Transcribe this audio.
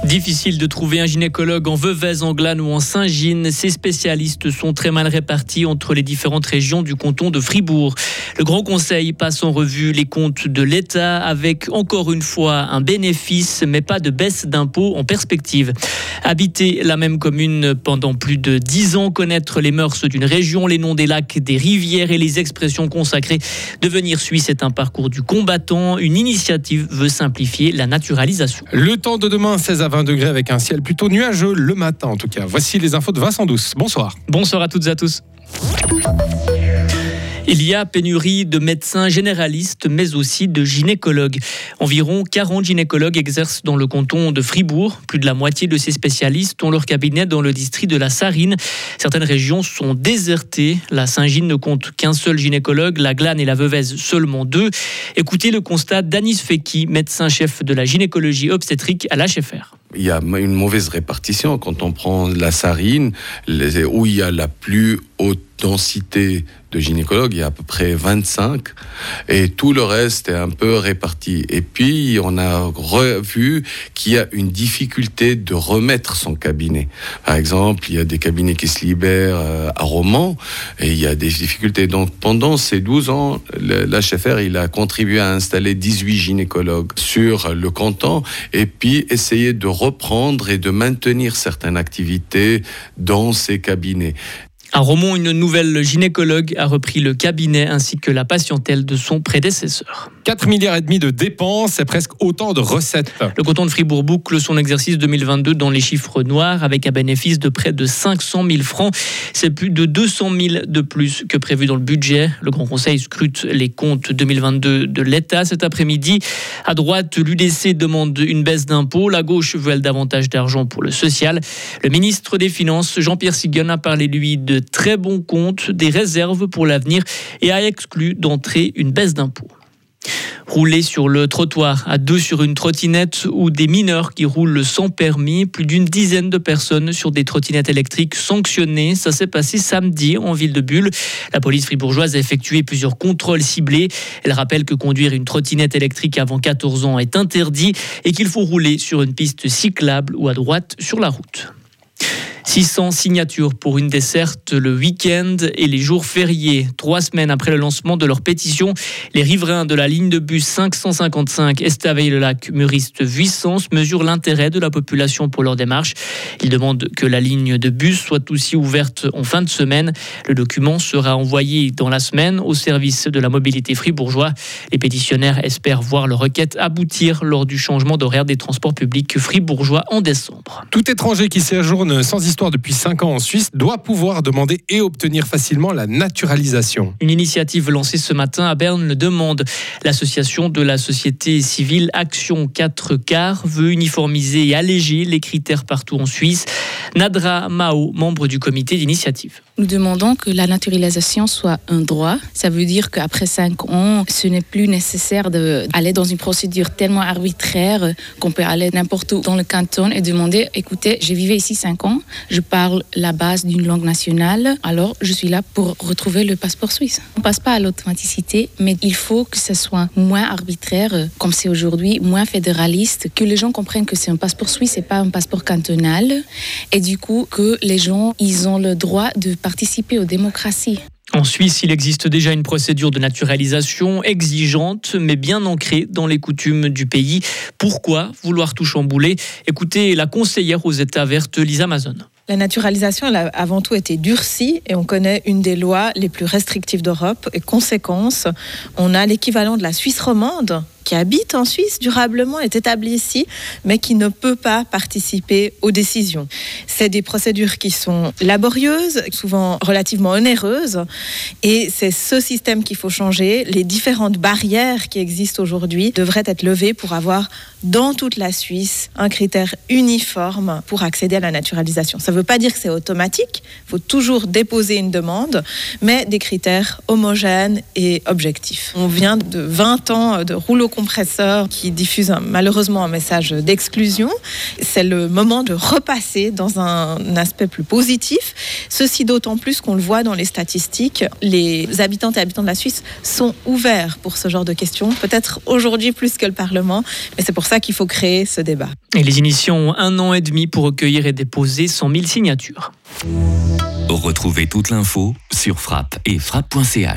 Difficile de trouver un gynécologue en Veuvez, en Glane ou en Saint-Gine. Ces spécialistes sont très mal répartis entre les différentes régions du canton de Fribourg. Le Grand Conseil passe en revue les comptes de l'État avec encore une fois un bénéfice, mais pas de baisse d'impôts en perspective. Habiter la même commune pendant plus de 10 ans, connaître les mœurs d'une région, les noms des lacs, des rivières et les expressions consacrées. Devenir suisse est un parcours du combattant. Une initiative veut simplifier la naturalisation. Le temps de demain, 16 à 20 degrés avec un ciel plutôt nuageux le matin en tout cas. Voici les infos de Vincent Douce. Bonsoir. Bonsoir à toutes et à tous. Il y a pénurie de médecins généralistes, mais aussi de gynécologues. Environ 40 gynécologues exercent dans le canton de Fribourg. Plus de la moitié de ces spécialistes ont leur cabinet dans le district de la Sarine. Certaines régions sont désertées. La Saint-Gine ne compte qu'un seul gynécologue, la Glane et la Veuvez seulement 2. Écoutez le constat d'Anis Feki, médecin-chef de la gynécologie obstétrique à l'HFR. Il y a une mauvaise répartition. Quand on prend la Sarine, où il y a la plus haute densité de gynécologues, il y a à peu près 25, et tout le reste est un peu réparti. Et puis, on a revu qu'il y a une difficulté de remettre son cabinet. Par exemple, il y a des cabinets qui se libèrent à Romans, et il y a des difficultés. Donc, pendant ces 12 ans, l'HFR, il a contribué à installer 18 gynécologues sur le canton, et puis essayer de reprendre et de maintenir certaines activités dans ces cabinets. À Romont, une nouvelle gynécologue a repris le cabinet ainsi que la patientèle de son prédécesseur. 4,5 milliards de dépenses, c'est presque autant de recettes. Le canton de Fribourg boucle son exercice 2022 dans les chiffres noirs avec un bénéfice de près de 500 000 francs. C'est plus de 200 000 de plus que prévu dans le budget. Le Grand Conseil scrute les comptes 2022 de l'État cet après-midi. À droite, l'UDC demande une baisse d'impôts. La gauche veut elle davantage d'argent pour le social. Le ministre des Finances, Jean-Pierre Siguen, a parlé lui de très bons comptes, des réserves pour l'avenir et a exclu d'entrée une baisse d'impôts. Rouler sur le trottoir à deux sur une trottinette ou des mineurs qui roulent sans permis, plus d'une dizaine de personnes sur des trottinettes électriques sanctionnées. Ça s'est passé samedi en ville de Bulle. La police fribourgeoise a effectué plusieurs contrôles ciblés. Elle rappelle que conduire une trottinette électrique avant 14 ans est interdit et qu'il faut rouler sur une piste cyclable ou à droite sur la route. 600 signatures pour une desserte le week-end et les jours fériés. 3 semaines après le lancement de leur pétition, les riverains de la ligne de bus 555 Estavayer-le-Lac-Muriste-Vuissance mesurent l'intérêt de la population pour leur démarche. Ils demandent que la ligne de bus soit aussi ouverte en fin de semaine. Le document sera envoyé dans la semaine au service de la mobilité fribourgeois. Les pétitionnaires espèrent voir leur requête aboutir lors du changement d'horaire des transports publics fribourgeois en décembre. Tout étranger qui séjourne sans histoire depuis 5 ans en Suisse doit pouvoir demander et obtenir facilement la naturalisation. Une initiative lancée ce matin à Berne le demande. L'association de la société civile Action 4 quarts veut uniformiser et alléger les critères partout en Suisse. Nadra Mao, membre du comité d'initiative. Nous demandons que la naturalisation soit un droit. Ça veut dire qu'après 5 ans, ce n'est plus nécessaire d'aller dans une procédure tellement arbitraire qu'on peut aller n'importe où dans le canton et demander, écoutez, j'ai vécu ici 5 ans, je parle la base d'une langue nationale, alors je suis là pour retrouver le passeport suisse. On ne passe pas à l'authenticité, mais il faut que ce soit moins arbitraire, comme c'est aujourd'hui, moins fédéraliste, que les gens comprennent que c'est un passeport suisse et pas un passeport cantonal, et du coup que les gens, ils ont le droit de participer aux démocraties. En Suisse, il existe déjà une procédure de naturalisation exigeante, mais bien ancrée dans les coutumes du pays. Pourquoi vouloir tout chambouler ? Écoutez la conseillère aux États verts, Lisa Mazon. La naturalisation, elle a avant tout été durcie et on connaît une des lois les plus restrictives d'Europe. Et conséquence, on a l'équivalent de la Suisse romande qui habite en Suisse durablement, est établi ici, mais qui ne peut pas participer aux décisions. C'est des procédures qui sont laborieuses, souvent relativement onéreuses, et c'est ce système qu'il faut changer. Les différentes barrières qui existent aujourd'hui devraient être levées pour avoir dans toute la Suisse un critère uniforme pour accéder à la naturalisation. Ça ne veut pas dire que c'est automatique, il faut toujours déposer une demande, mais des critères homogènes et objectifs. On vient de 20 ans de rouleau compresseur qui diffuse malheureusement un message d'exclusion. C'est le moment de repasser dans un aspect plus positif. Ceci d'autant plus qu'on le voit dans les statistiques. Les habitantes et habitants de la Suisse sont ouverts pour ce genre de questions. Peut-être aujourd'hui plus que le Parlement, mais c'est pour ça qu'il faut créer ce débat. Et les initiés ont 1 an et demi pour recueillir et déposer 100 000 signatures. Retrouvez toute l'info sur frappe et frappe.ch.